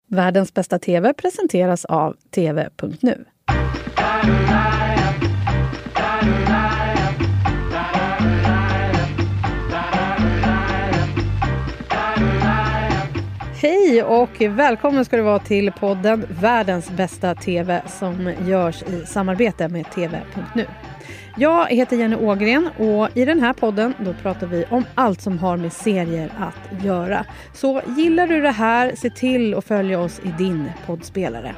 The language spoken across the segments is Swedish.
Världens bästa TV presenteras av tv.nu. Hej och välkommen ska du vara till podden Världens bästa TV som görs i samarbete med tv.nu. Jag heter Jenny Ågren och i den här podden då pratar vi om allt som har med serier att göra. Så gillar du det här, se till att följa oss i din poddspelare.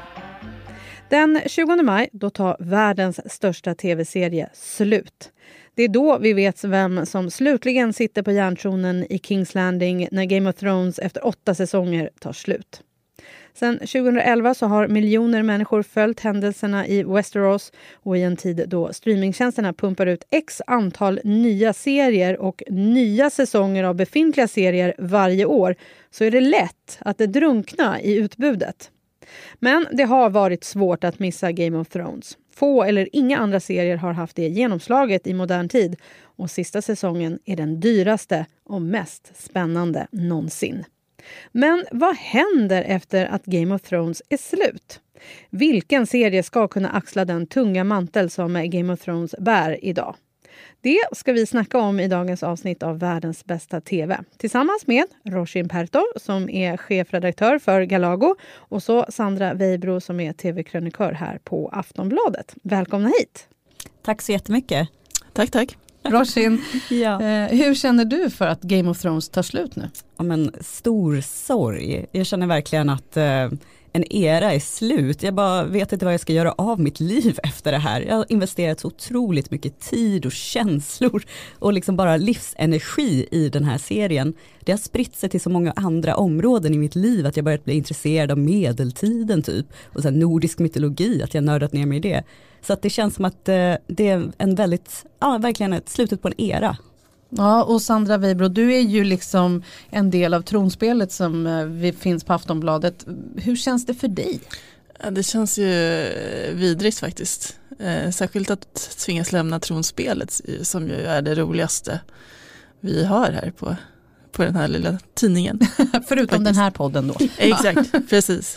Den 20 maj då tar världens största tv-serie slut. Det är då vi vet vem som slutligen sitter på järntronen i King's Landing när Game of Thrones efter 8 säsonger tar slut. Sen 2011 så har miljoner människor följt händelserna i Westeros och i en tid då streamingtjänsterna pumpar ut x antal nya serier och nya säsonger av befintliga serier varje år så är det lätt att det drunknar i utbudet. Men det har varit svårt att missa Game of Thrones. Få eller inga andra serier har haft det genomslaget i modern tid och sista säsongen är den dyraste och mest spännande någonsin. Men vad händer efter att Game of Thrones är slut? Vilken serie ska kunna axla den tunga mantel som Game of Thrones bär idag? Det ska vi snacka om i dagens avsnitt av Världens bästa TV. Tillsammans med Roshin Pertov som är chefredaktör för Galago och så Sandra Weibro som är tv-krönikör här på Aftonbladet. Välkomna hit! Tack så jättemycket. Tack. Roshin, Ja. Hur känner du för att Game of Thrones tar slut nu? Ja, men stor sorg. Jag känner verkligen att en era är slut. Jag bara vet inte vad jag ska göra av mitt liv efter det här. Jag har investerat så otroligt mycket tid och känslor och liksom bara livsenergi i den här serien. Det har spritt sig till så många andra områden i mitt liv att jag börjat bli intresserad av medeltiden typ. Och sen nordisk mytologi, att jag nördat ner mig i det. Så att det känns som att det är en väldigt, verkligen ett slutet på en era. Ja, och Sandra Weibro, du är ju liksom en del av tronspelet som vi finns på Aftonbladet. Hur känns det för dig? Ja, det känns ju vidrigt faktiskt. Särskilt att tvingas lämna tronspelet som ju är det roligaste vi har här på den här lilla tidningen. Förutom faktiskt. Den här podden då. Exakt, precis.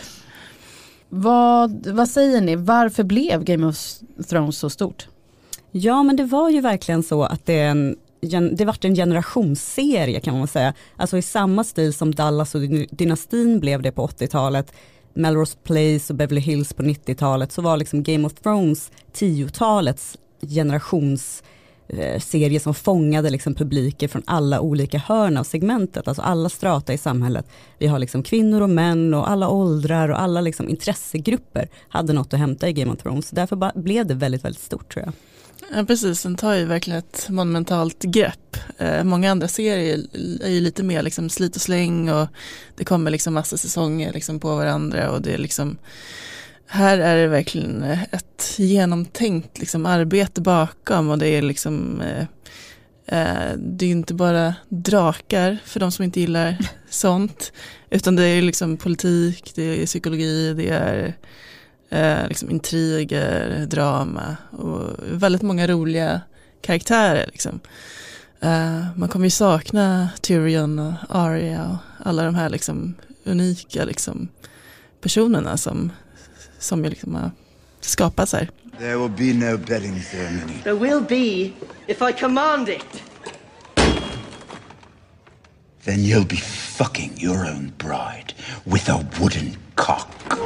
Vad säger ni? Varför blev Game of Thrones så stort? Ja, men det var ju verkligen så att det var en generationsserie kan man säga. Alltså i samma stil som Dallas och Dynastin blev det på 80-talet. Melrose Place och Beverly Hills på 90-talet. Så var liksom Game of Thrones 10-talets generationsserie som fångade liksom publiker från alla olika hörn av segmentet. Alltså alla strata i samhället. Vi har liksom kvinnor och män och alla åldrar och alla liksom intressegrupper hade något att hämta i Game of Thrones. Därför blev det väldigt, väldigt stort tror jag. Ja, precis, den tar ju verkligen ett monumentalt grepp. Många andra serier är ju lite mer liksom slit och släng och det kommer liksom massa säsonger liksom på varandra och det är liksom, här är det verkligen ett genomtänkt liksom arbete bakom och det är liksom det är inte bara drakar för de som inte gillar sånt utan det är liksom politik, det är psykologi, det är liksom intriger, drama och väldigt många roliga karaktärer liksom. Man kommer ju sakna Tyrion och Arya och alla de här liksom unika liksom personerna som ju liksom har skapats här. There will be no betting ceremony. There will be if I command it. Then you'll be fucking your own bride with a wooden cock.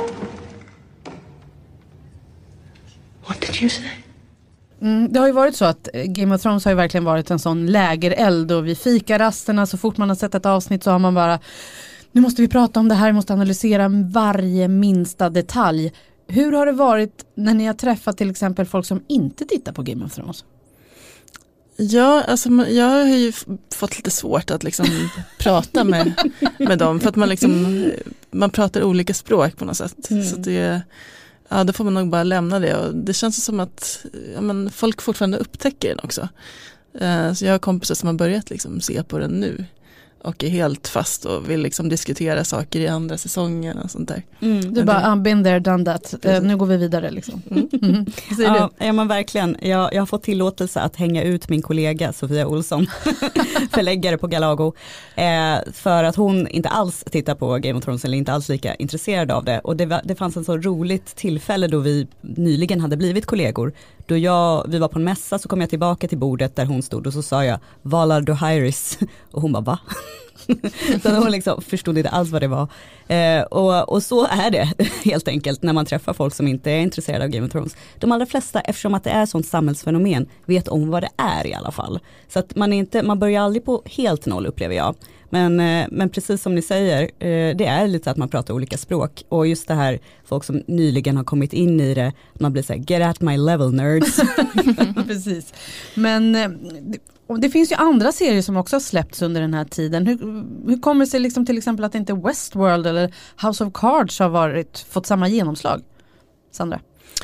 What did you say? Det har ju varit så att Game of Thrones har ju verkligen varit en sån lägereld och vid fikarasterna så fort man har sett ett avsnitt så har man bara nu måste vi prata om det här, vi måste analysera varje minsta detalj. Hur har det varit när ni har träffat till exempel folk som inte tittar på Game of Thrones? Ja, alltså jag har ju fått lite svårt att liksom prata med dem för att man pratar olika språk på något sätt. Så det ja, då får man nog bara lämna det och det känns som att folk fortfarande upptäcker den också. Så jag har kompisar som har börjat liksom se på den nu och är helt fast och vill liksom diskutera saker i andra säsongen och sånt där. Du bara, I've been there, done that. Nu går vi vidare liksom. Ja, men verkligen. Jag har fått tillåtelse att hänga ut min kollega Sofia Olsson, förläggare på Galago, för att hon inte alls tittar på Game of Thrones eller inte alls lika intresserad av det. Och det fanns en så roligt tillfälle då vi nyligen hade blivit kollegor. Då vi var på en mässa, så kom jag tillbaka till bordet där hon stod och så sa jag, Valar Dohaeris, och hon bara, va? Så hon liksom förstod inte alls vad det var. Och så är det helt enkelt när man träffar folk som inte är intresserade av Game of Thrones. De allra flesta, eftersom att det är sånt samhällsfenomen, vet om vad det är i alla fall. Så att man börjar aldrig på helt noll, upplever jag. Men precis som ni säger, det är lite att man pratar olika språk. Och just det här, folk som nyligen har kommit in i det, man blir så här, get at my level nerds. Precis. Men det finns ju andra serier som också har släppts under den här tiden. Hur kommer det sig liksom till exempel att inte Westworld eller House of Cards har fått samma genomslag? Sandra?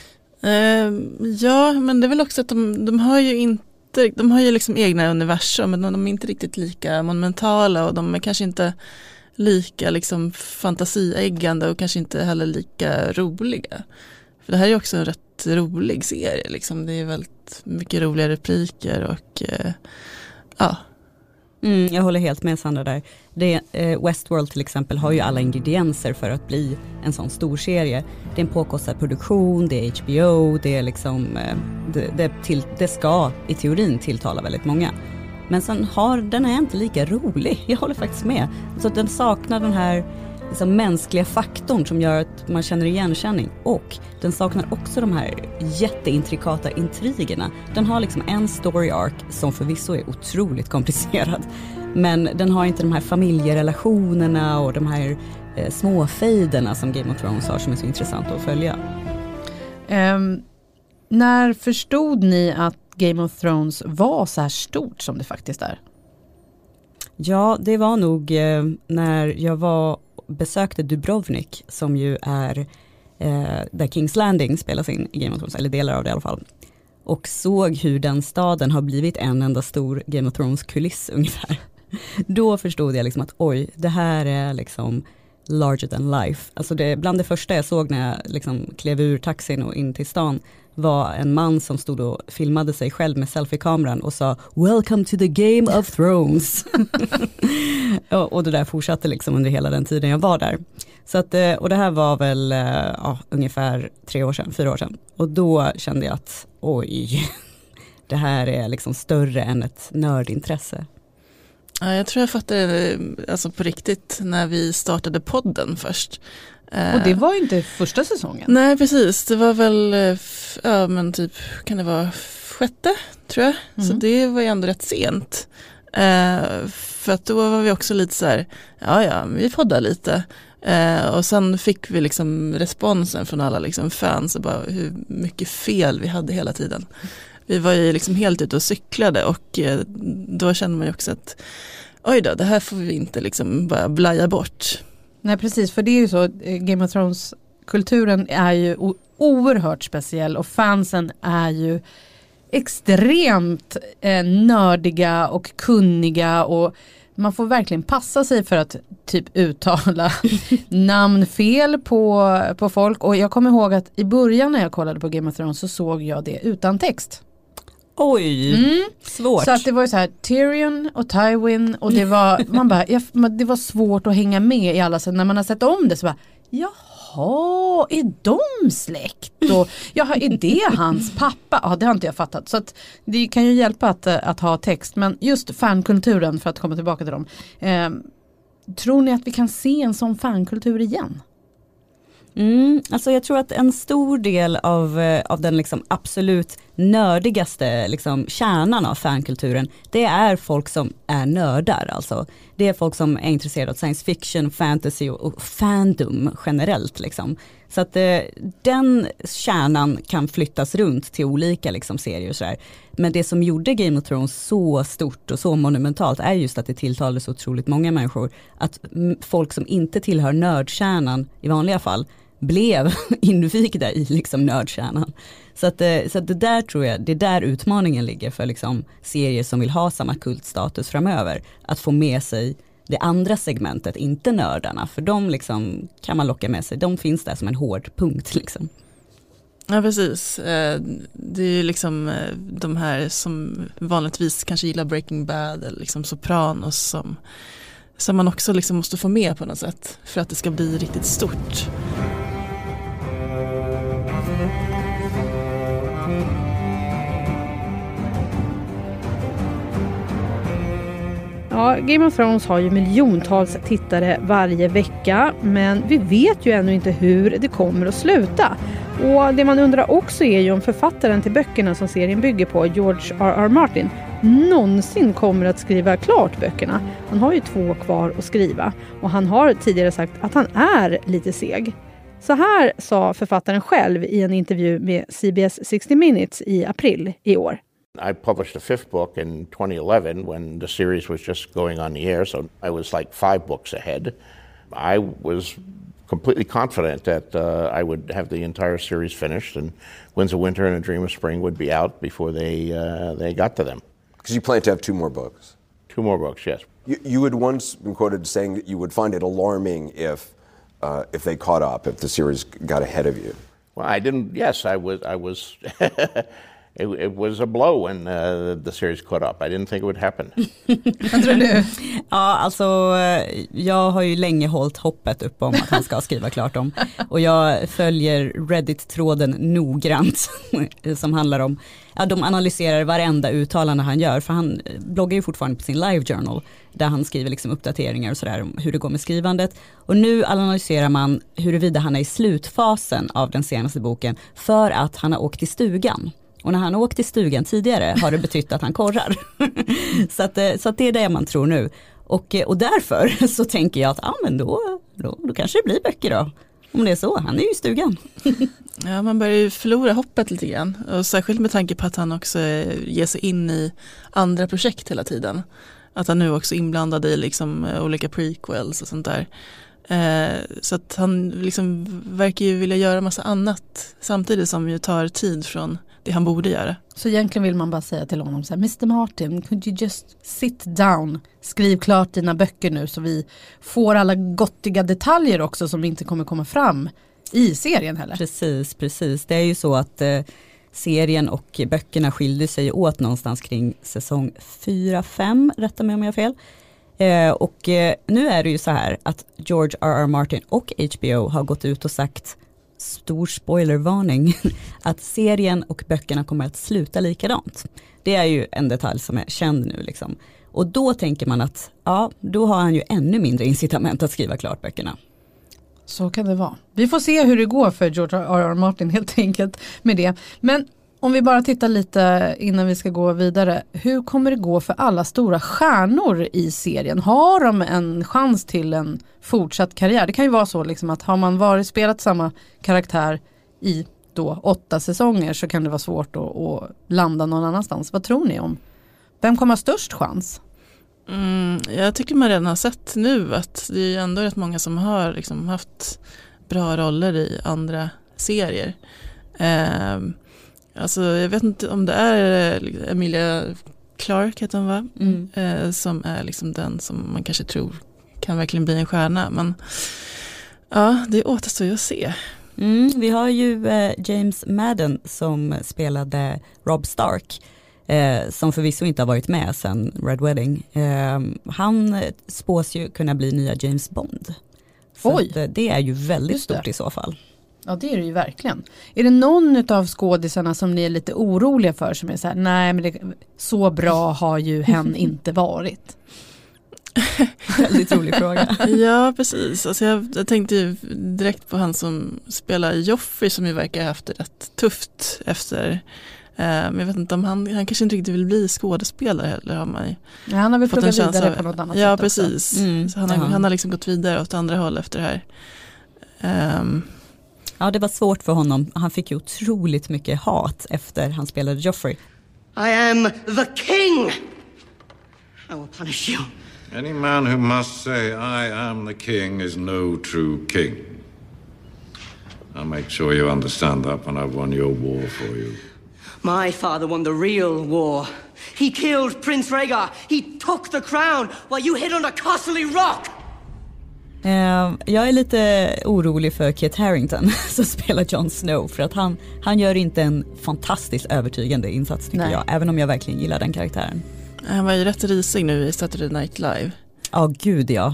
Ja, men det är väl också att de har ju inte, de har ju liksom egna universum, men de är inte riktigt lika monumentala och de är kanske inte lika liksom fantasieggande och kanske inte heller lika roliga. För det här är ju också en rätt rolig serie liksom. Det är väldigt mycket roliga repliker och ja. Jag håller helt med Sandra där. Westworld till exempel har ju alla ingredienser för att bli en sån stor serie. Det är en påkostad produktion, det är HBO, det är liksom det ska i teorin tilltala väldigt många. Men sen den är inte lika rolig. Jag håller faktiskt med. Så den saknar den här liksom mänskliga faktorn som gör att man känner igenkänning, och den saknar också de här jätteintrikata intrigerna. Den har liksom en story arc som förvisso är otroligt komplicerad, men den har inte de här familjerelationerna och de här småfejderna som Game of Thrones har, som är så intressant att följa. När förstod ni att Game of Thrones var så här stort som det faktiskt är? Ja, det var nog när jag besökte Dubrovnik, som ju är där King's Landing spelas in i Game of Thrones, eller delar av det i alla fall. Och såg hur den staden har blivit en enda stor Game of Thrones-kuliss ungefär. Då förstod jag liksom att oj, det här är liksom larger than life. Alltså bland det första jag såg när jag liksom klev ur taxin och in till stan var en man som stod och filmade sig själv med selfie-kameran och sa "Welcome to the Game of Thrones". och det där fortsatte liksom under hela den tiden jag var där. Så att, och det här var väl ungefär 4 år sedan. Och då kände jag att oj, det här är liksom större än ett nördintresse. Ja, jag tror jag fattade alltså på riktigt när vi startade podden först. Och det var ju inte första säsongen. Nej, precis. Det var väl, men typ, kan det vara 6:e, tror jag. Så det var ju ändå rätt sent. För att då var vi också lite så här, ja, vi poddar lite. Och sen fick vi liksom responsen från alla liksom fans och bara hur mycket fel vi hade hela tiden. Vi var ju liksom helt ute och cyklade, och då kände man ju också att oj då, det här får vi inte liksom bara blaja bort. Nej, precis, för det är ju så, Game of Thrones-kulturen är ju oerhört speciell, och fansen är ju extremt nördiga och kunniga, och man får verkligen passa sig för att typ uttala namn fel på folk. Och jag kommer ihåg att i början när jag kollade på Game of Thrones så såg jag det utan text. Oj, svårt. Så att det var ju så här Tyrion och Tywin, och det var det var svårt att hänga med i alla. Så när man har sett om det så bara, jaha, är de släkt? Och jaha, är det hans pappa? Ja, det har inte jag fattat. Så att det kan ju hjälpa att ha text. Men just fankulturen, för att komma tillbaka till dem. Tror ni att vi kan se en sån fankultur igen? Alltså jag tror att en stor del av den liksom absolut nördigaste liksom kärnan av fankulturen, det är folk som är nördar. Alltså. Det är folk som är intresserade av science fiction, fantasy och fandom generellt. Liksom. Så att den kärnan kan flyttas runt till olika liksom, serier och sådär. Men det som gjorde Game of Thrones så stort och så monumentalt är just att det tilltalade så otroligt många människor. Att folk som inte tillhör nördkärnan i vanliga fall blev invigda i liksom nördkärnan. Så att det där tror jag, det där utmaningen ligger för liksom serier som vill ha samma kultstatus framöver. Att få med sig det andra segmentet, inte nördarna, för de liksom kan man locka med sig, de finns där som en hård punkt liksom. Ja, precis. Det är ju liksom de här som vanligtvis kanske gillar Breaking Bad eller liksom Sopranos som man också liksom måste få med på något sätt för att det ska bli riktigt stort. Ja, Game of Thrones har ju miljontals tittare varje vecka, men vi vet ju ännu inte hur det kommer att sluta. Och det man undrar också är ju om författaren till böckerna som serien bygger på, George R.R. Martin, någonsin kommer att skriva klart böckerna. Han har ju 2 kvar att skriva och han har tidigare sagt att han är lite seg. Så här sa författaren själv i en intervju med CBS 60 Minutes i april i år. I published the 5th book in 2011 when the series was just going on the air, so I was like 5 books ahead. I was completely confident that I would have the entire series finished and Winds of Winter and A Dream of Spring would be out before they got to them. Because you plan to have 2 more books? 2 more books, yes. You had once been quoted saying that you would find it alarming if they caught up, if the series got ahead of you. Well, I didn't. Yes, I was. It was a blow when the series caught up. I didn't think it would happen. Vad tror du? Ja, alltså jag har ju länge hållit hoppet upp om att han ska skriva klart om. Och jag följer Reddit-tråden noggrant som handlar om, ja, de analyserar varenda uttalande han gör. För han bloggar ju fortfarande på sin live journal där han skriver liksom uppdateringar och sådär om hur det går med skrivandet. Och nu analyserar man huruvida han är i slutfasen av den senaste boken för att han har åkt till stugan. Och när han har åkt till stugan tidigare har det betytt att han korrar. så att det är det man tror nu. Och därför så tänker jag att men då kanske det blir böcker då. Om det är så, han är ju i stugan. Ja, man börjar ju förlora hoppet lite grann. Och särskilt med tanke på att han också ger sig in i andra projekt hela tiden. Att han nu också är inblandad i liksom olika prequels och sånt där. Så att han liksom verkar ju vilja göra massa annat samtidigt som ju tar tid från det han borde göra. Så egentligen vill man bara säga till honom så här, Mr. Martin, could you just sit down, skriv klart dina böcker nu så vi får alla gottiga detaljer också som inte kommer komma fram i serien heller. Precis. Det är ju så att serien och böckerna skilde sig åt någonstans kring säsong 4-5, rätta mig om jag har fel. Och nu är det ju så här att George R.R. Martin och HBO har gått ut och sagt, stor spoilervarning, att serien och böckerna kommer att sluta likadant. Det är ju en detalj som är känd nu liksom. Och då tänker man att då har han ju ännu mindre incitament att skriva klart böckerna. Så kan det vara. Vi får se hur det går för George R.R. Martin helt enkelt med det. Men om vi bara tittar lite innan vi ska gå vidare. Hur kommer det gå för alla stora stjärnor i serien? Har de en chans till en fortsatt karriär? Det kan ju vara så liksom att har man spelat samma karaktär i då 8 säsonger så kan det vara svårt att landa någon annanstans. Vad tror ni om? Vem kommer ha störst chans? Jag tycker man redan har sett nu att det är ändå rätt många som har liksom haft bra roller i andra serier. Alltså jag vet inte om det är Emilia Clarke heter hon va? Som är liksom den som man kanske tror kan verkligen bli en stjärna. Men ja, det återstår ju att se. Vi har ju James Madden som spelade Robb Stark. Som förvisso inte har varit med sedan Red Wedding. Han spås ju kunna bli nya James Bond. Så det är ju väldigt stort i så fall. Ja, det är det ju verkligen. Är det någon av skådisarna som ni är lite oroliga för som är så här, nej men så bra har ju hen inte varit? Väldigt rolig fråga. Ja, precis. Alltså jag tänkte ju direkt på han som spelar Joffrey som ju verkar ha haft det rätt tufft efter. Men jag vet inte om han kanske inte riktigt vill bli skådespelare heller. Han har väl pluggat vidare på något annat sätt. Ja, precis. Så han har liksom gått vidare åt andra håll efter det här. Ja, det var svårt för honom. Han fick ju otroligt mycket hat efter han spelade Joffrey. I am the king! I will punish you. Any man who must say I am the king is no true king. I'll make sure you understand that when I've won your war for you. My father won the real war. He killed Prince Rhaegar. He took the crown while you hid under Castle Rock. Jag är lite orolig för Kit Harington som spelar Jon Snow, för att han gör inte en fantastiskt övertygande insats tycker jag, även om jag verkligen gillar den karaktären. Han var ju rätt risig nu i Saturday Night Live. Ja, gud ja.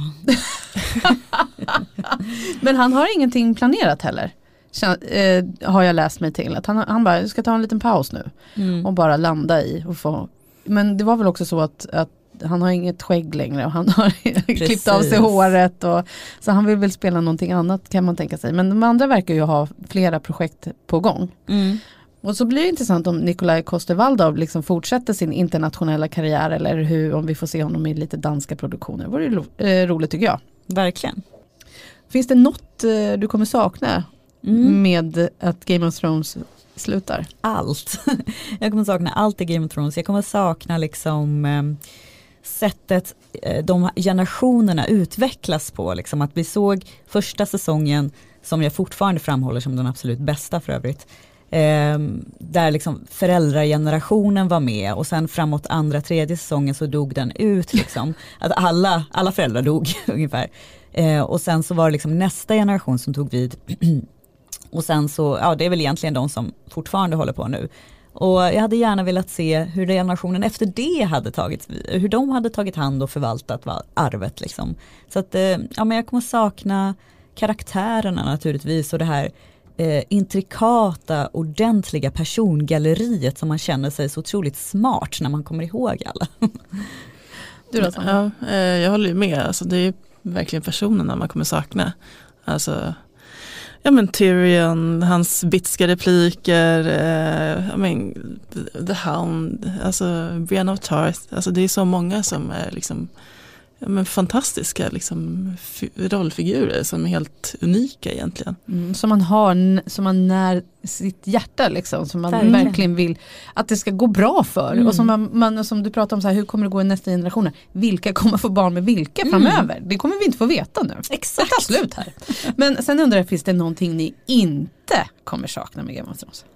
Men han har ingenting planerat heller. Har jag läst mig till att han bara ska ta en liten paus nu och bara landa i och få. Men det var väl också så att han har inget skägg längre och han har klippt av sig håret så han vill väl spela någonting annat kan man tänka sig. Men de andra verkar ju ha flera projekt på gång. Och så blir det intressant om Nikolaj Coster-Waldau liksom fortsätter sin internationella karriär, eller om vi får se honom i lite danska produktioner. Det vore roligt tycker jag. Verkligen. Finns det något du kommer sakna med att Game of Thrones slutar? Allt. Jag kommer sakna allt i Game of Thrones. Jag kommer sakna liksom sättet de generationerna utvecklas på. Liksom. Att vi såg första säsongen, som jag fortfarande framhåller som den absolut bästa för övrigt, där liksom föräldragenerationen var med, och sen framåt andra, tredje säsongen så dog den ut liksom. Att alla föräldrar dog ungefär. Och sen så var det liksom nästa generation som tog vid. Och sen så, ja, det är väl egentligen de som fortfarande håller på nu. Och jag hade gärna velat se hur generationen efter det hade hur de hade tagit hand och förvaltat arvet liksom. Så att, ja, men jag kommer sakna karaktärerna naturligtvis, och det här intrikata, ordentliga persongalleriet som man känner sig så otroligt smart när man kommer ihåg alla. Du då, Sanna? Ja, jag håller ju med. Alltså, det är verkligen personerna man kommer sakna. Alltså, ja men Tyrion, hans bitska repliker, The Hound, alltså Brienne of Tarth, alltså det är så många som är liksom fantastiska liksom rollfigurer som är helt unika egentligen. Som man när sitt hjärta liksom, som man verkligen vill att det ska gå bra för, och som du pratar om så här, hur kommer det gå i nästa generationer? Vilka kommer få barn med vilka framöver? Det kommer vi inte få veta nu. Exakt. Det tar slut här. Men sen undrar jag, finns det någonting ni inte kommer sakna med Game of Thrones?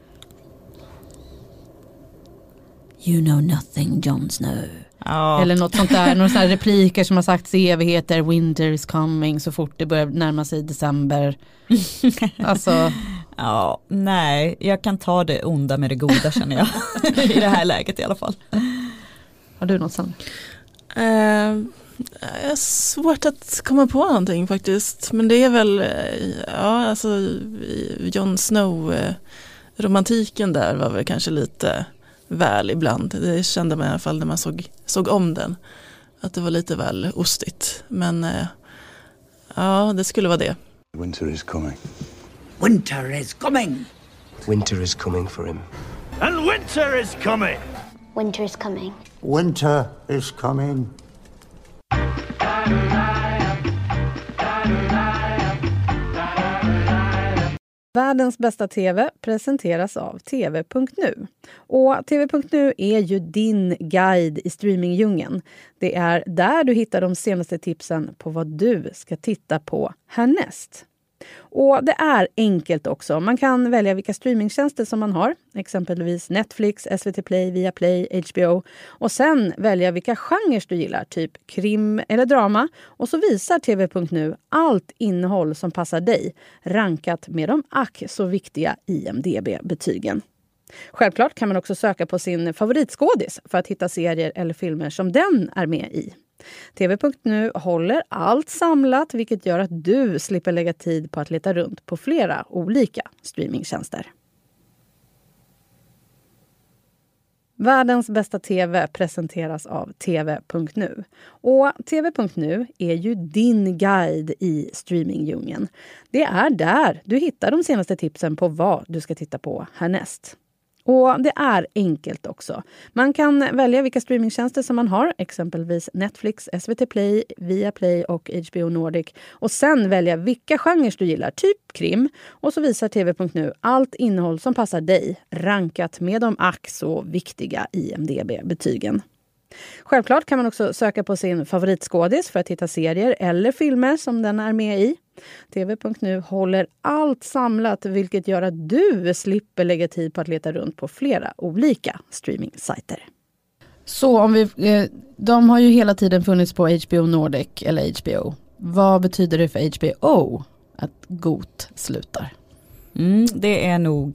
You know nothing, Jon Snow. Ja. Eller något sånt där, några sådana här repliker som har sagts i evigheter, winter is coming, så fort det börjar närma sig december. Alltså. Ja, nej, jag kan ta det onda med det goda känner jag. I det här läget i alla fall. Har du något sånt? Jag har svårt att komma på någonting faktiskt. Men det är väl, ja alltså Jon Snow, romantiken där var väl kanske lite väl ibland. Det kände man i alla fall när man såg om den. Att det var lite väl ostigt. Men ja, det skulle vara det. Winter is coming. Winter is coming. Winter is coming for him. And winter is coming. Winter is coming. Winter is coming. Världens bästa TV presenteras av TV.nu. Och TV.nu är ju din guide i streamingdjungeln. Det är där du hittar de senaste tipsen på vad du ska titta på härnäst. Och det är enkelt också. Man kan välja vilka streamingtjänster som man har. Exempelvis Netflix, SVT Play, Viaplay, HBO. Och sen välja vilka genrer du gillar. Typ krim eller drama. Och så visar TV.nu allt innehåll som passar dig. Rankat med de så viktiga IMDb-betygen. Självklart kan man också söka på sin favoritskådis för att hitta serier eller filmer som den är med i. TV.nu håller allt samlat, vilket gör att du slipper lägga tid på att leta runt på flera olika streamingtjänster. Världens bästa TV presenteras av TV.nu. Och TV.nu är ju din guide i streamingdjungeln. Det är där du hittar de senaste tipsen på vad du ska titta på härnäst. Och det är enkelt också. Man kan välja vilka streamingtjänster som man har, exempelvis Netflix, SVT Play, Viaplay och HBO Nordic. Och sen välja vilka genrer du gillar, typ krim. Och så visar TV.nu allt innehåll som passar dig, rankat med de så viktiga IMDb-betygen. Självklart kan man också söka på sin favoritskådis för att hitta serier eller filmer som den är med i. TV.nu håller allt samlat, vilket gör att du slipper lägga tid på att leta runt på flera olika streaming-sajter. Så om de har ju hela tiden funnits på HBO Nordic eller HBO. Vad betyder det för HBO att GOT slutar? Det är nog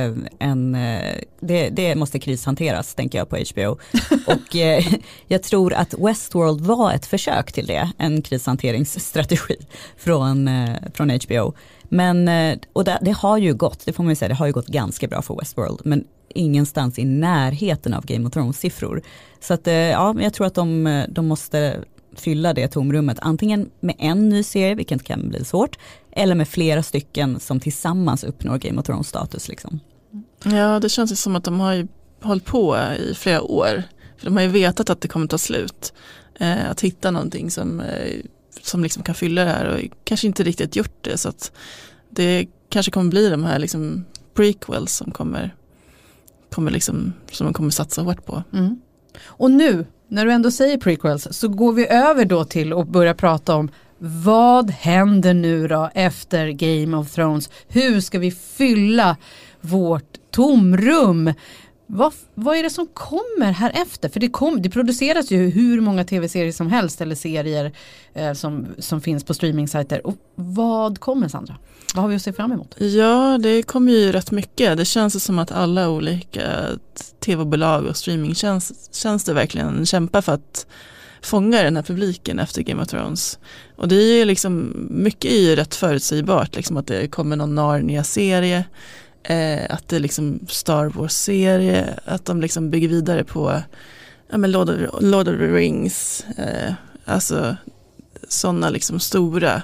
det måste krishanteras, tänker jag, på HBO. Och jag tror att Westworld var ett försök till det, en krishanteringsstrategi från HBO. Men och det har ju gått, det får man ju säga, det har ju gått ganska bra för Westworld, men ingenstans i närheten av Game of Thrones-siffror. Så att jag tror att de måste fylla det tomrummet, antingen med en ny serie, vilket kan bli svårt, eller med flera stycken som tillsammans uppnår Game of Thrones-status. Liksom. Ja, det känns ju som att de har ju hållit på i flera år. För de har ju vetat att det kommer ta slut. Att hitta någonting som liksom kan fylla det här, och kanske inte riktigt gjort det. Så att det kanske kommer bli de här liksom prequels som kommer liksom, som de kommer satsa hårt på. Mm. Och nu, när du ändå säger prequels, så går vi över då till att börja prata om vad händer nu då efter Game of Thrones? Hur ska vi fylla vårt tomrum? Vad är det som kommer här efter? För det produceras ju hur många tv-serier som helst eller serier som finns på streamingsajter. Och vad kommer, Sandra? Vad har vi att se fram emot? Ja, det kommer ju rätt mycket. Det känns som att alla olika tv-bolag och streamingtjänster verkligen kämpar för att fånga den här publiken efter Game of Thrones. Och det är ju liksom, mycket är ju rätt förutsägbart, liksom att det kommer någon Narnia-serie, att det är liksom Star Wars-serie, att de liksom bygger vidare på Lord of the Rings, alltså sådana liksom stora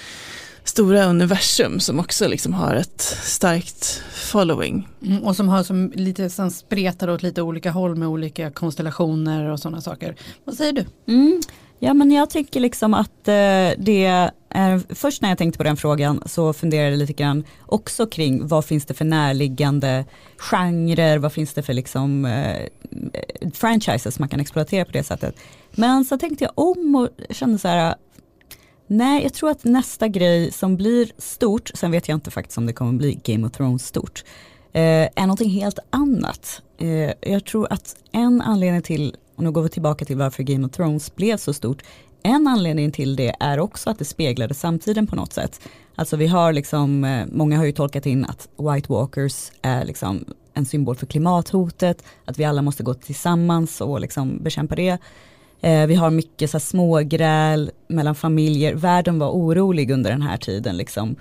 universum som också liksom har ett starkt following. Och som har som lite som spretar åt lite olika håll med olika konstellationer och sådana saker. Vad säger du? Ja, men jag tycker liksom att det är, först när jag tänkte på den frågan så funderade jag lite grann också kring vad finns det för närliggande genrer, vad finns det för liksom franchises man kan exploatera på det sättet. Men så tänkte jag om och kände så här, nej, jag tror att nästa grej som blir stort, sen vet jag inte faktiskt om det kommer bli Game of Thrones stort, är någonting helt annat. Jag tror att en anledning till, och nu går vi tillbaka till varför Game of Thrones blev så stort, en anledning till det är också att det speglade samtiden på något sätt. Alltså vi har liksom, många har ju tolkat in att White Walkers är liksom en symbol för klimathotet, att vi alla måste gå tillsammans och liksom bekämpa det. Vi har mycket så här smågräl mellan familjer. Världen var orolig under den här tiden. Liksom.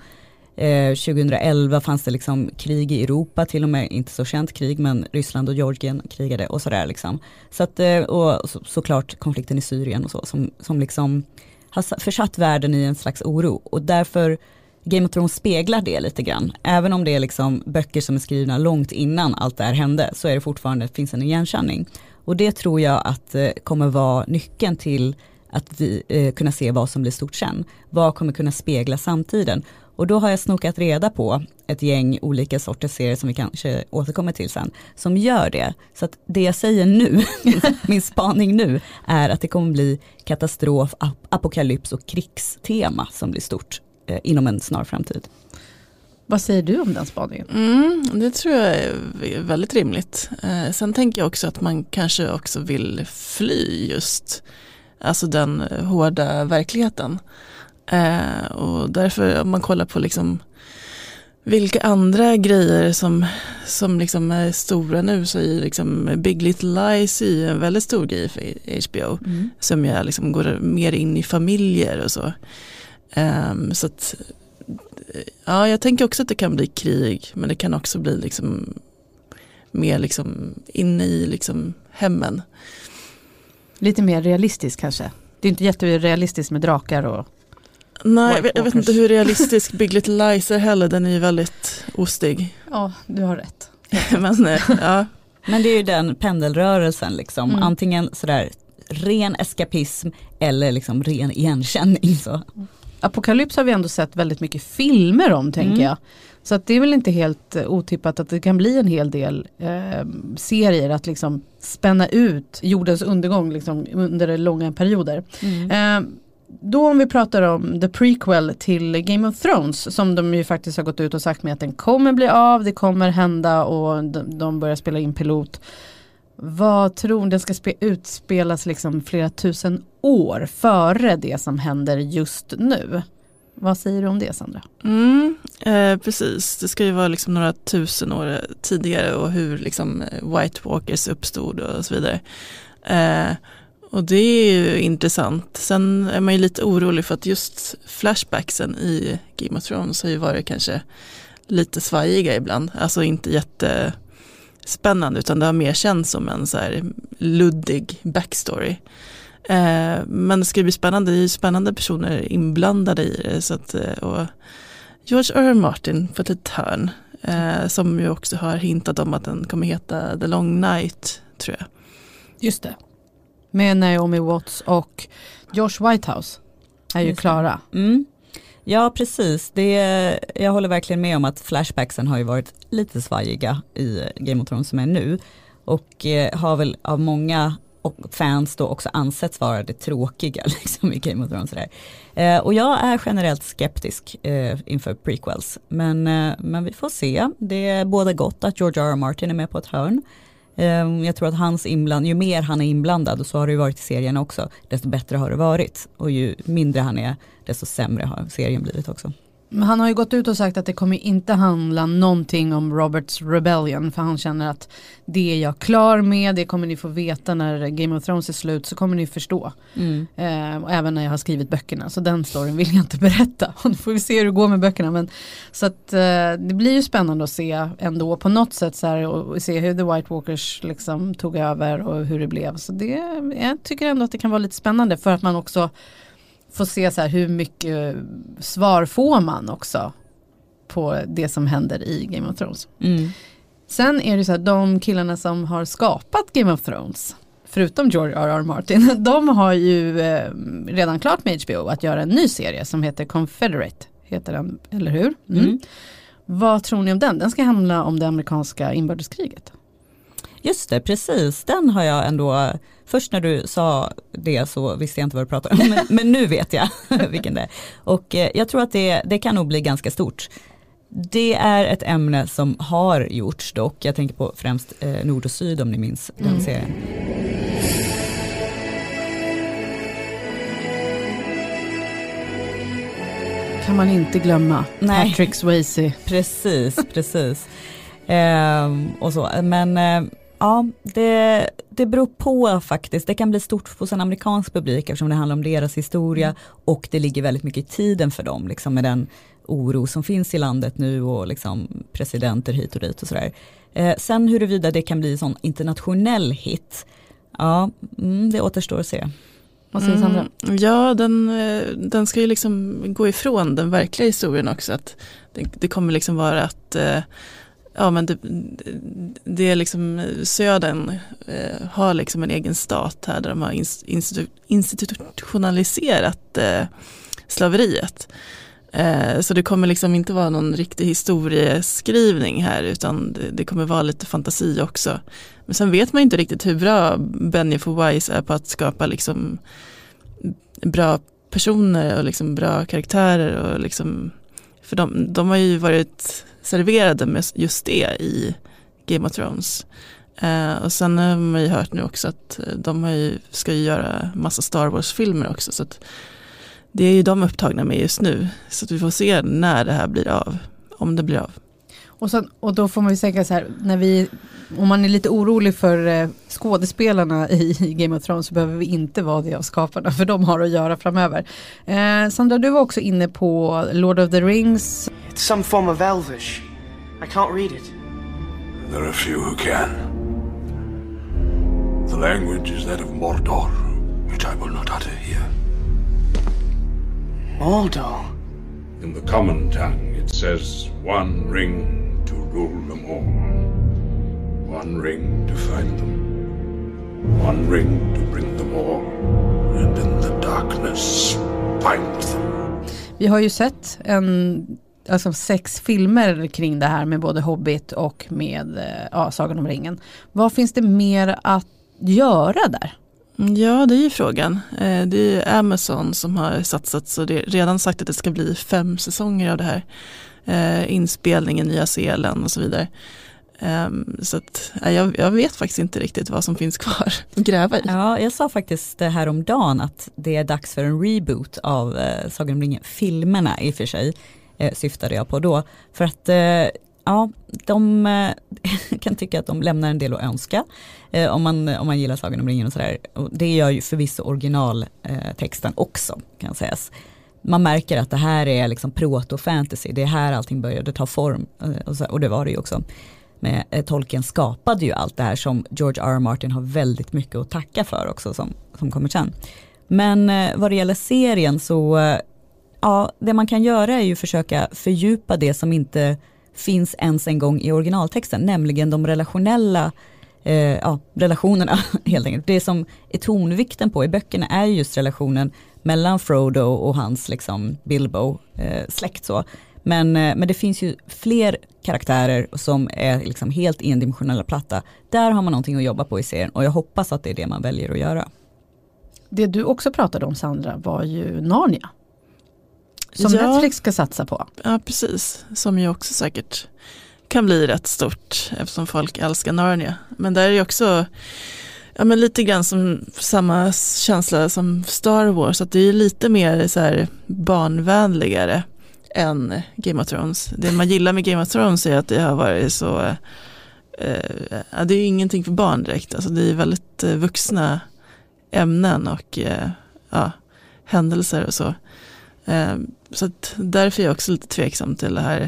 2011 fanns det liksom krig i Europa, till och med inte så känt krig, men Ryssland och Georgien krigade och sådär. Liksom. Så att, och såklart konflikten i Syrien och så, som liksom har försatt världen i en slags oro. Och därför Game of Thrones speglar det lite grann. Även om det är liksom böcker som är skrivna långt innan allt det här hände, så är det fortfarande, finns en igenkänning. Och det tror jag att kommer vara nyckeln till att vi kunna se vad som blir stort sen. Vad kommer kunna spegla samtiden. Och då har jag snokat reda på ett gäng olika sorters serier som vi kanske återkommer till sen, som gör det. Så att det jag säger nu, min spaning nu, är att det kommer bli katastrof, apokalyps och krigstema som blir stort inom en snar framtid. Vad säger du om den spaningen? Det tror jag är väldigt rimligt. Sen tänker jag också att man kanske också vill fly just alltså den hårda verkligheten. Och därför om man kollar på liksom vilka andra grejer som liksom är stora nu, så är liksom Big Little Lies är en väldigt stor grej för HBO som jag liksom går mer in i familjer och så. Så att ja, jag tänker också att det kan bli krig, men det kan också bli liksom mer liksom inne i liksom hemmen. Lite mer realistiskt kanske. Det är inte jätterealistiskt med drakar och... Nej, jag vet inte hur realistisk Big Little Lies är heller. Den är ju väldigt ostig. Ja, du har rätt. Men det är ju den pendelrörelsen liksom. Antingen sådär ren eskapism eller liksom ren igenkänning så. Apokalyps har vi ändå sett väldigt mycket filmer om, tänker jag. Så att det är väl inte helt otippat att det kan bli en hel del serier att liksom spänna ut jordens undergång liksom under långa perioder. Då om vi pratar om the prequel till Game of Thrones, som de ju faktiskt har gått ut och sagt med att den kommer bli av, det kommer hända och de börjar spela in pilot. Vad tror du ska utspelas liksom flera tusen år före det som händer just nu? Vad säger du om det, Sandra? Precis, det ska ju vara liksom några tusen år tidigare och hur liksom White Walkers uppstod och så vidare. Och det är ju intressant. Sen är man ju lite orolig för att just flashbacksen i Game of Thrones har ju varit kanske lite svajiga ibland. Alltså inte jättespännande, utan det har mer känts som en så här luddig backstory. Men det ska bli spännande. Det är ju spännande personer inblandade i det. Så att, och George R. R. Martin på ett hörn, som ju också har hintat om att den kommer heta The Long Night, tror jag. Just det. Med Naomi Watts och Josh Whitehouse är ju klara. Ja, precis. Jag håller verkligen med om att flashbacksen har ju varit lite svajiga i Game of Thrones som är nu. Och har väl av många fans då också ansetts vara det tråkiga liksom, i Game of Thrones. Och jag är generellt skeptisk inför prequels. Men vi får se. Det är både gott att George R. R. Martin är med på ett hörn. Jag tror att hans ju mer han är inblandad, och så har det ju varit i serien också, desto bättre har det varit. Och ju mindre han är, desto sämre har serien blivit också. Men han har ju gått ut och sagt att det kommer inte handla någonting om Roberts Rebellion, för han känner att det är jag klar med, det kommer ni få veta när Game of Thrones är slut, så kommer ni förstå. Och även när jag har skrivit böckerna, så den storyn vill jag inte berätta. Och då får vi se hur det går med böckerna. Men, så att det blir ju spännande att se ändå på något sätt så här, och se hur The White Walkers liksom tog över och hur det blev. Så jag tycker ändå att det kan vara lite spännande, för att man också får se så här hur mycket svar får man också på det som händer i Game of Thrones. Sen är det så här, de killarna som har skapat Game of Thrones, förutom George R. R. Martin, de har ju redan klart med HBO att göra en ny serie som heter Confederate, heter den, eller hur? Vad tror ni om den? Den ska handla om det amerikanska inbördeskriget. Just det, precis. Den har jag ändå, först när du sa det så visste jag inte vad du pratade om, men nu vet jag vilken det är. Och jag tror att det kan nog bli ganska stort. Det är ett ämne som har gjorts dock. Jag tänker på främst Nord och Syd, om ni minns den serien. Kan man inte glömma. Nej. Patrick Swayze. Precis. Och så. Men ja, det beror på faktiskt. Det kan bli stort hos en amerikansk publik eftersom det handlar om deras historia, och det ligger väldigt mycket i tiden för dem liksom, med den oro som finns i landet nu och liksom presidenter hit och dit och sådär. Sen huruvida det kan bli en sån internationell hit, ja, det återstår att se. Vad säger Sandra? Ja, den ska ju liksom gå ifrån den verkliga historien också. Att det kommer liksom vara att ja, men det är liksom södern har liksom en egen stat här där de har institutionaliserat slaveriet. Så det kommer liksom inte vara någon riktig historieskrivning här, utan det kommer vara lite fantasi också. Men sen vet man inte riktigt hur bra Benioff och Weiss är på att skapa liksom bra personer och liksom bra karaktärer och liksom, för de har ju varit serverade med just det i Game of Thrones. Och sen har man ju hört nu också att de ska ju göra massa Star Wars-filmer också, så att det är ju de upptagna med just nu. Så att vi får se när det här blir av, om det blir av. Och då får man ju säga så här, om man är lite orolig för skådespelarna i Game of Thrones, så behöver vi inte vara det av skaparna, för de har att göra framöver. Sandra, du var också inne på Lord of the Rings. It's some form of Elvish. I can't read it. There are a few who can. The language is that of Mordor, which I will not utter here. Mordor? In the common tongue, it says, one ring to rule them all. One ring to find them. One ring to bring them all. And in the darkness, find them. Vi har ju sett 6 filmer kring det här med både Hobbit och med Sagan om ringen. Vad finns det mer att göra där? Ja, det är ju frågan. Det är ju Amazon som har satsat, så det redan sagt att det ska bli 5 säsonger av det här. Inspelning i Nya Zeeland och så vidare. Så att, jag vet faktiskt inte riktigt vad som finns kvar att gräva i. Ja, jag sa faktiskt det här om dagen att det är dags för en reboot av Sagan om ringen-filmerna i och för sig, syftade jag på då. För att de kan tycka att de lämnar en del att önska om man gillar Sagan om ringen och sådär. Och det gör ju förvisso originaltexten också, kan sägas. Man märker att det här är liksom proto-fantasy, det är här allting började ta form, och det var det ju också. Men Tolkien skapade ju allt det här som George R. R. Martin har väldigt mycket att tacka för också, som kommer sen. Men vad det gäller serien så, det man kan göra är ju försöka fördjupa det som inte finns ens en gång i originaltexten, nämligen de relationerna helt enkelt. Det som är tonvikten på i böckerna är just relationen mellan Frodo och hans liksom Bilbo släkt så. Men det finns ju fler karaktärer som är liksom helt endimensionella platta. Där har man någonting att jobba på i serien, och jag hoppas att det är det man väljer att göra. Det du också pratade om, Sandra, var ju Narnia. Som Netflix ska satsa på. Ja, precis. Som ju också säkert kan bli rätt stort eftersom folk älskar Narnia. Men där är ju också lite grann som samma känsla som Star Wars. Att det är lite mer så här barnvänligare än Game of Thrones. Det man gillar med Game of Thrones är att det har varit så det är ju ingenting för barn direkt. Alltså det är väldigt vuxna ämnen och händelser och så. Så att därför är jag också lite tveksam till det här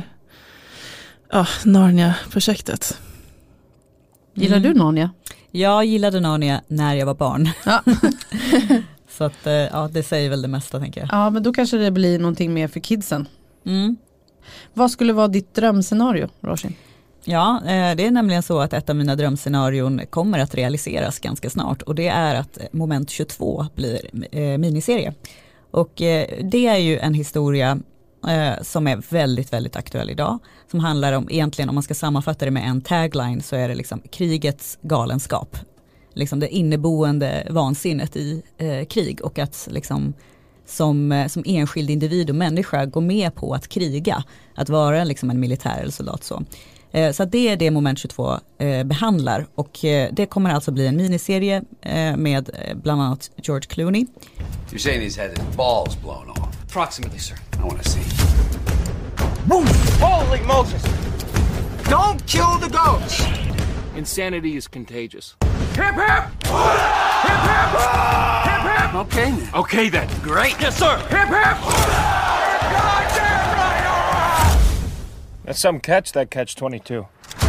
Narnia-projektet. Gillar du Narnia? Jag gillade Narnia när jag var barn. Ja. Så att det säger väl det mesta, tänker jag. Ja, men då kanske det blir någonting mer för kidsen. Vad skulle vara ditt drömscenario, Roshin? Ja, det är nämligen så att ett av mina drömscenarion kommer att realiseras ganska snart, och det är att Moment 22 blir miniserie. Och det är ju en historia som är väldigt, väldigt aktuell idag, som handlar om, egentligen om man ska sammanfatta det med en tagline, så är det liksom krigets galenskap. Liksom det inneboende vansinnet i krig, och att liksom som enskild individ och människa gå med på att kriga, att vara liksom en militär eller soldat så. Så att det är det Moment 22 behandlar, och det kommer alltså bli en miniserie med bland annat George Clooney. You're saying he's had his balls blown off? Approximately, sir. I want to see. Boom! Holy Moses! Don't kill the goats! Insanity is contagious. Hip hip! Hip hip! Hip hip! Okay then. Okay then. Great! Yes, sir! Hip hip! Goddamn right! That's some catch, that catch 22.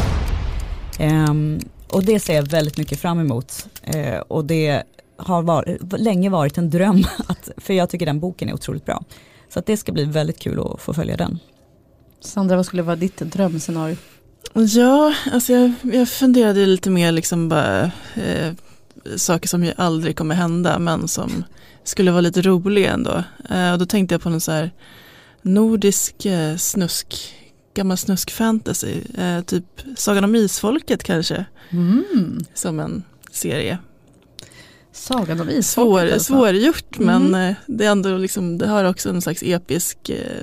Och det ser jag väldigt mycket fram emot. Och det har länge varit en dröm, för jag tycker den boken är otroligt bra. Så att det ska bli väldigt kul att få följa den. Sandra, vad skulle vara ditt drömscenario? Ja, alltså jag funderade lite mer liksom bara saker som ju aldrig kommer hända, men som skulle vara lite roliga ändå. Och då tänkte jag på någon så här nordisk gammal snusk fantasy, typ Sagan om Isfolket kanske, som en serie. Sagan om Isfolket? Svårgjort, men det är ändå liksom, det har också en slags episk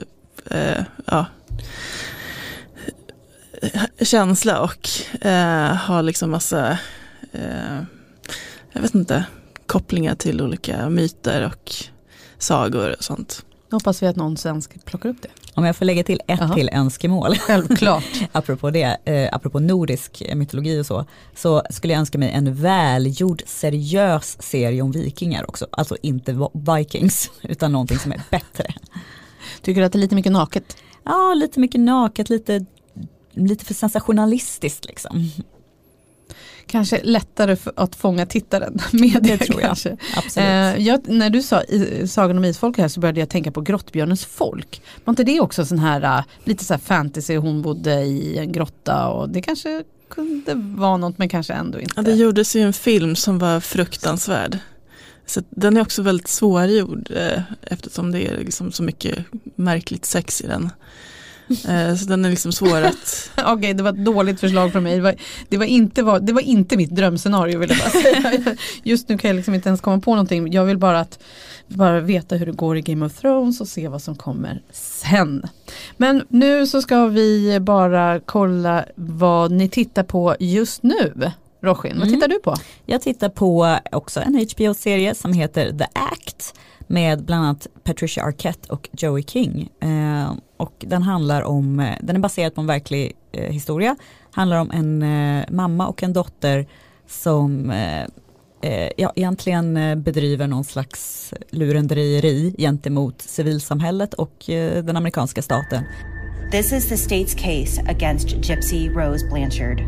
känsla, och har liksom massa jag vet inte, kopplingar till olika myter och sagor och sånt. Hoppas vi att någon svensk plockar upp det. Om jag får lägga till ett till önskemål. Självklart. Apropå det, apropå nordisk mytologi och så skulle jag önska mig en välgjord, seriös serie om vikingar också. Alltså inte Vikings, utan någonting som är bättre. Tycker du att det är lite mycket naket? Ja, lite mycket naket, lite för sensationalistiskt liksom. Kanske lättare att fånga tittaren med det, tror jag. Kanske. Absolut. När du sa Sagan om Isfolk här, så började jag tänka på Grottbjörnens folk. Var inte det också sån här lite så här fantasy, hon bodde i en grotta, och det kanske kunde vara något, men kanske ändå inte. Ja, det gjordes ju en film som var fruktansvärd. Så den är också väldigt svårgjord, eftersom det är liksom så mycket märkligt sex i den. Så den är liksom svår att... Okej, det var ett dåligt förslag från mig. Det var inte mitt drömscenario, vill jag bara säga. Just nu kan jag liksom inte ens komma på någonting. Jag vill bara veta hur det går i Game of Thrones och se vad som kommer sen. Men nu så ska vi bara kolla vad ni tittar på just nu. Roshin, vad tittar du på? Jag tittar på också en HBO-serie som heter The Act med bland annat Patricia Arquette och Joey King. Och den är baserad på en verklig historia. Handlar om en mamma och en dotter som egentligen bedriver någon slags lurendrejeri gentemot civilsamhället och den amerikanska staten. This is the state's case against Gypsy Rose Blanchard.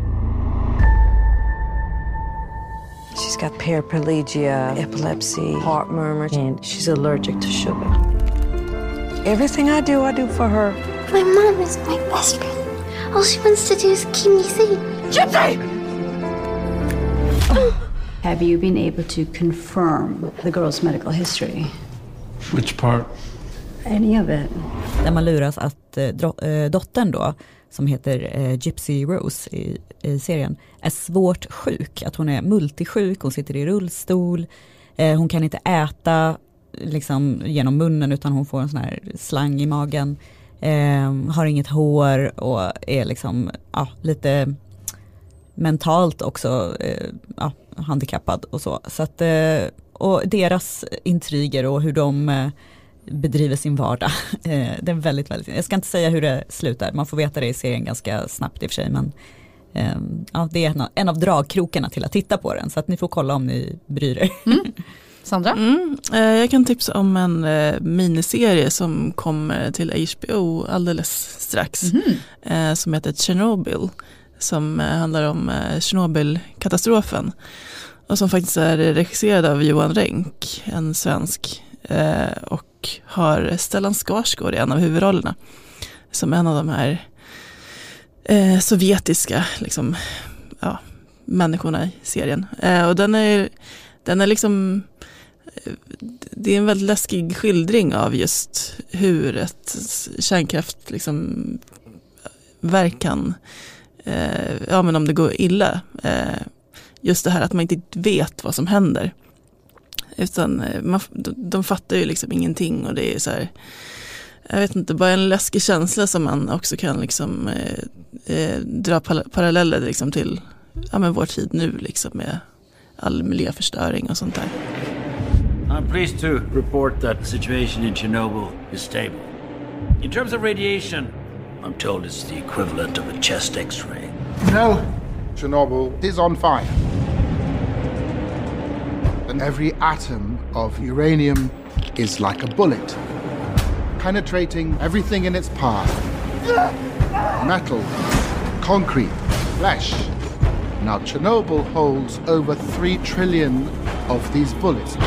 She's got paraplegia, epilepsy, heart murmur, and she's allergic to sugar. Everything I do for her. My mom is my best friend. All she wants to do is keep me safe. Gypsy! Have you been able to confirm the girl's medical history? Which part? Any of it. Där man luras att dottern då, som heter Gypsy Rose i serien, är svårt sjuk. Att hon är multisjuk, hon sitter i rullstol, hon kan inte äta liksom genom munnen utan hon får en sån här slang i magen, har inget hår och är liksom lite mentalt också handikappad och så. Så att, och deras intriger och hur de bedriver sin vardag. Det är väldigt, väldigt... Jag ska inte säga hur det slutar. Man får veta det i serien ganska snabbt i och för sig. Men det är en av dragkrokarna till att titta på den. Så att ni får kolla om ni bryr er. Sandra? Jag kan tipsa om en miniserie som kommer till HBO alldeles strax. Som heter Chernobyl. Som handlar om Tjernobyl-katastrofen. Och som faktiskt är regisserad av Johan Renck, en svensk. Och har Stellan Skarsgård i en av huvudrollerna. Som en av de här sovjetiska liksom, människorna i serien. Och den är liksom... Det är en väldigt läskig skildring av just hur ett kärnkraft liksom verkan... men om det går illa. Just det här att man inte vet vad som händer. Utan de fattar ju liksom ingenting och det är så här, jag vet inte, bara en läskig känsla som man också kan liksom dra paralleller liksom till vår tid nu liksom med all miljöförstöring och sånt där. I'm pleased to report that the situation in Chernobyl is stable. In terms of radiation, I'm told it's the equivalent of a chest x-ray. No, Chernobyl is on fire. And every atom of uranium is like a bullet, penetrating everything in its path. Metal, concrete, flesh. Now Chernobyl holds over 3 trillion of these bullets.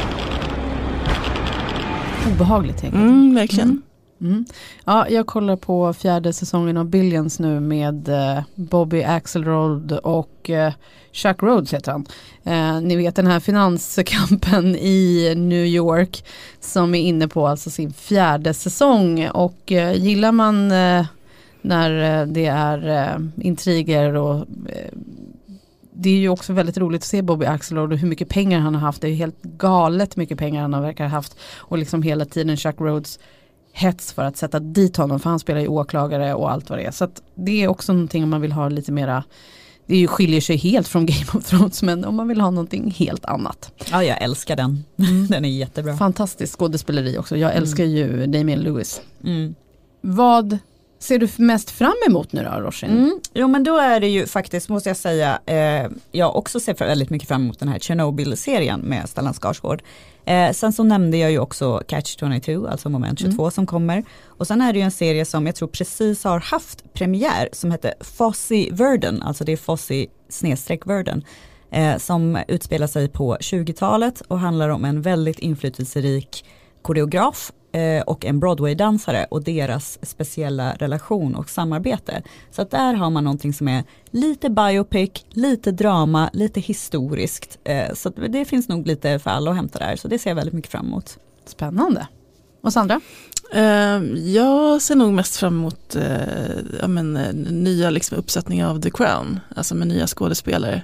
Obehagligt, tänker jag. Verkligen. Ja, jag kollar på 4:e säsongen av Billions nu med Bobby Axelrod och Chuck Rhodes heter han. Ni vet den här finanskampen i New York som är inne på alltså sin 4:e säsong. Och gillar man när det är intriger och det är ju också väldigt roligt att se Bobby Axelrod och hur mycket pengar han har haft. Det är helt galet mycket pengar han har verkar ha haft. Och liksom hela tiden Chuck Rhodes hets för att sätta dit honom, för han spelar ju åklagare och allt vad det är. Så att det är också någonting om man vill ha lite mera, det skiljer sig helt från Game of Thrones, men om man vill ha någonting helt annat. Ja, jag älskar den. Den är jättebra. Fantastisk skådespeleri också. Jag älskar ju Damian Lewis. Vad ser du mest fram emot nu då, Roshin? Jo, men då är det ju faktiskt, måste jag säga, jag också ser väldigt mycket fram emot den här Chernobyl-serien med Stellan Skarsgård. Sen så nämnde jag ju också Catch-22, alltså Moment 22 som kommer. Och sen är det ju en serie som jag tror precis har haft premiär som heter Fosse Verdon, alltså det är Fosse/Verdon, som utspelar sig på 20-talet och handlar om en väldigt inflytelserik koreograf och en Broadway-dansare och deras speciella relation och samarbete. Så att där har man någonting som är lite biopic, lite drama, lite historiskt. Så det finns nog lite för alla att hämta där. Så det ser jag väldigt mycket fram emot. Spännande. Och Sandra? Jag ser nog mest fram emot nya liksom, uppsättningar av The Crown, alltså med nya skådespelare.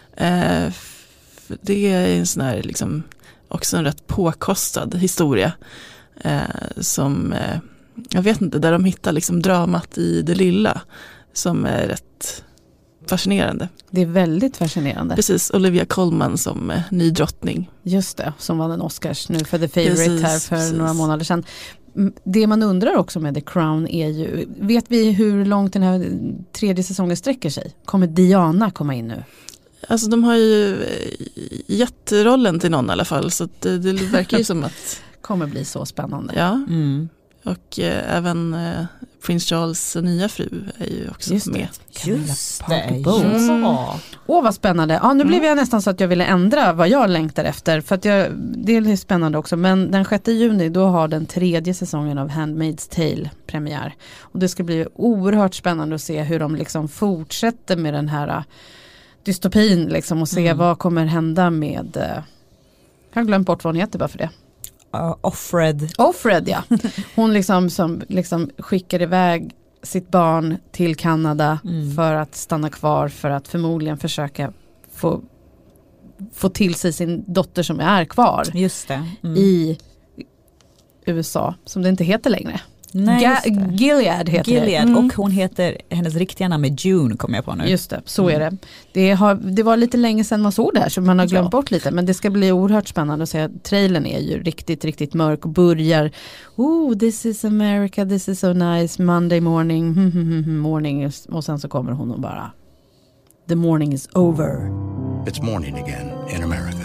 Det är en sån här liksom, också en rätt påkostad historia som jag vet inte, där de hittar liksom dramat i det lilla som är rätt fascinerande. Det är väldigt fascinerande. Precis, Olivia Colman som ny drottning. Just det, som vann en Oscars nu för The Favourite här för några månader sedan. Det man undrar också med The Crown är ju, vet vi hur långt den här 3:e säsongen sträcker sig? Kommer Diana komma in nu? Alltså de har ju gett rollen till någon i alla fall, så det verkar ju som att kommer bli så spännande. Ja. Och även Prins Charles nya fru är ju också med. Just det. Vad spännande. Ja, nu blev jag nästan så att jag ville ändra vad jag längtar efter. För att det är spännande också. Men den 6 juni då har den 3:e säsongen av Handmaid's Tale premiär. Och det ska bli oerhört spännande att se hur de liksom fortsätter med den här dystopin liksom, och se vad kommer hända med... Jag har glömt bort vad hon heter bara för det. Offred, ja. Hon liksom skickar iväg sitt barn till Kanada för att stanna kvar, för att förmodligen försöka få till sig sin dotter som är kvar. Just det. I USA, som det inte heter längre. Nej, Gilead heter det. Och hon heter, hennes riktiga namn är June, kommer jag på nu. Just det, så är det. Det var lite länge sedan man såg det här, så man har glömt bort lite. Men det ska bli oerhört spännande att se. Trailern är ju riktigt, riktigt mörk och börjar this is America, this is so nice, Monday morning, morning. Och sen så kommer hon och bara the morning is over. It's morning again in America.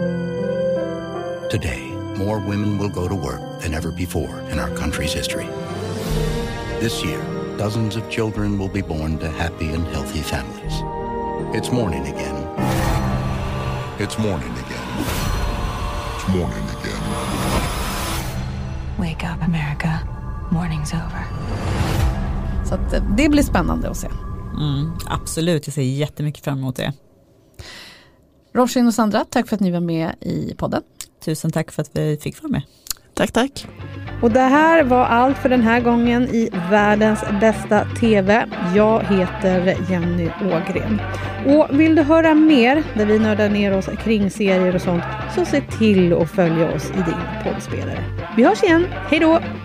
Today, more women will go to work than ever before in our country's history. This year, dozens of children will be born to happy and healthy families. It's morning again. It's morning again. It's morning again. Wake up, America. Morning's over. Så att det blir spännande att se. Absolut, jag ser jättemycket fram emot det. Roshin och Sandra, tack för att ni var med i podden. Tusen tack för att vi fick vara med. Tack. Och det här var allt för den här gången i Världens bästa TV. Jag heter Jenny Ågren. Och vill du höra mer där vi nördar ner oss kring serier och sånt, så se till att följa oss i din poddspelare. Vi hörs igen. Hej då!